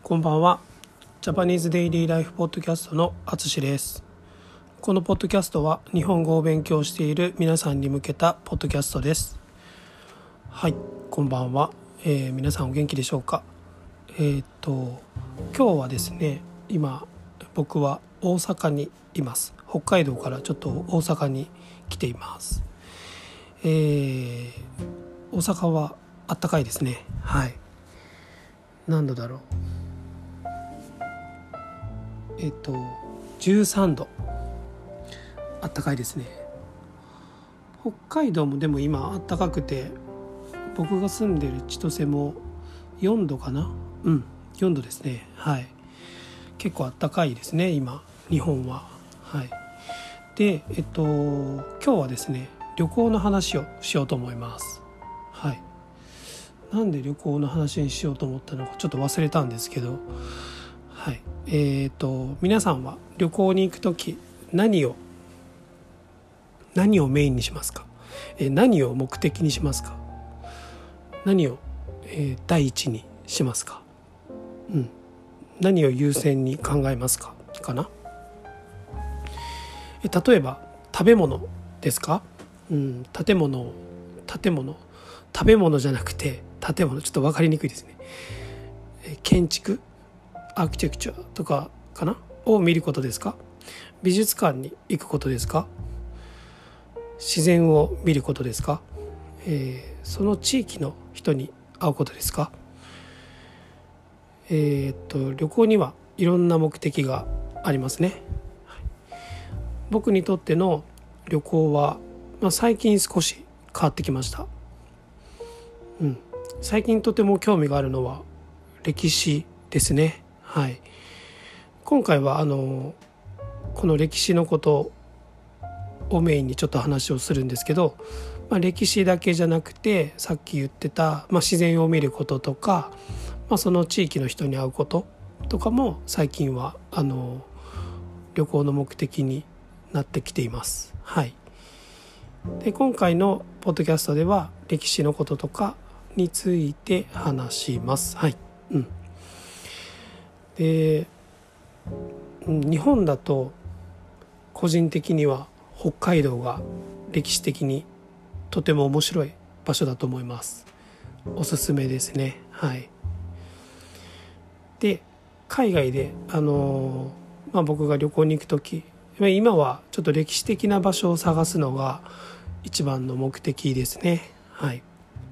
こんばんは。ジャパニーズデイリーライフポッドキャストのあつしです。このポッドキャストは日本語を勉強している皆さんに向けたポッドキャストです。はい、こんばんは。皆さんお元気でしょうか。今日はですね、今僕は大阪にいます。北海道からちょっと大阪に来ています。大阪は暖かいですね。はい。何度だろう。13度。暖かいですね。北海道もでも今暖かくて、僕が住んでる千歳も4度かな。4度ですね。はい。結構暖かいですね今日本は。はい。で今日はですね、旅行の話をしようと思います。はい。なんで旅行の話にしようと思ったのかちょっと忘れたんですけど、はい。皆さんは旅行に行くとき何をメインにしますか？何を目的にしますか？何を、第一にしますか？何を優先に考えますかな。例えば食べ物ですか？建物食べ物じゃなくて建物、ちょっと分かりにくいですね。建築アーキテクチャとかかなを見ることですか？美術館に行くことですか？自然を見ることですか？その地域の人に会うことですか？旅行にはいろんな目的がありますね。僕にとっての旅行は、最近少し変わってきました。最近とても興味があるのは歴史ですね。はい。今回はこの歴史のことをメインにちょっと話をするんですけど、歴史だけじゃなくてさっき言ってた、自然を見ることとか、その地域の人に会うこととかも最近は旅行の目的になってきています。はい。で今回のポッドキャストでは歴史のこととかについて話します。はい。で日本だと個人的には北海道が歴史的にとても面白い場所だと思います。おすすめですね。はい。で海外で僕が旅行に行くとき、今はちょっと歴史的な場所を探すのが一番の目的ですね。はい。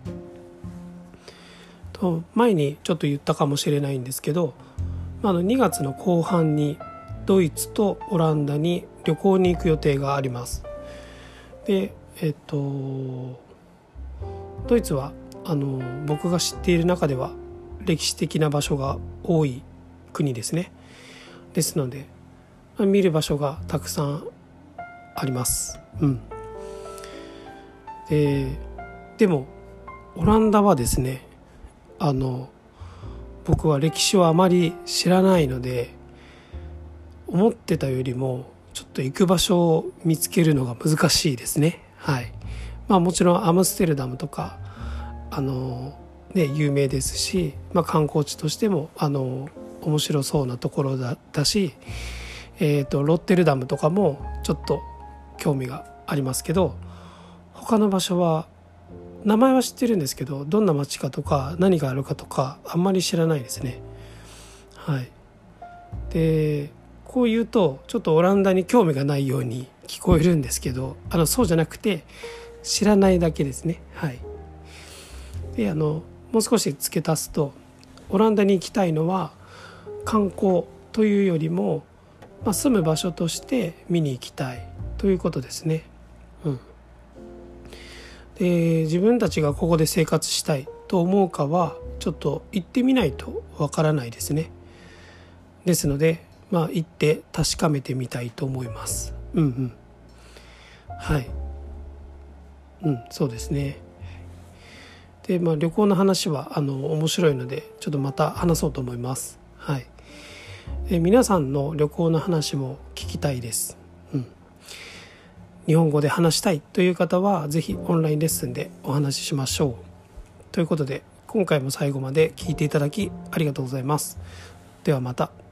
と前にちょっと言ったかもしれないんですけど、2月の後半にドイツとオランダに旅行に行く予定があります。でドイツは僕が知っている中では歴史的な場所が多い国ですね。ですので見る場所がたくさんあります。でもオランダはですね、僕は歴史をあまり知らないので、思ってたよりもちょっと行く場所を見つけるのが難しいですね。はい。もちろんアムステルダムとか有名ですし、観光地としても面白そうなところだし、ロッテルダムとかもちょっと興味がありますけど、他の場所は名前は知ってるんですけど、どんな街かとか何があるかとかあんまり知らないですね。はい。でこう言うとちょっとオランダに興味がないように聞こえるんですけど、そうじゃなくて知らないだけですね。はい。でもう少し付け足すと、オランダに行きたいのは観光というよりも、住む場所として見に行きたいということですね。で自分たちがここで生活したいと思うかはちょっと行ってみないとわからないですね。ですので行って確かめてみたいと思います。はい。そうですね。で旅行の話は面白いのでちょっとまた話そうと思います。はい。皆さんの旅行の話も聞きたいです。日本語で話したいという方はぜひオンラインレッスンでお話ししましょう。ということで今回も最後まで聞いていただきありがとうございます。 ではまた。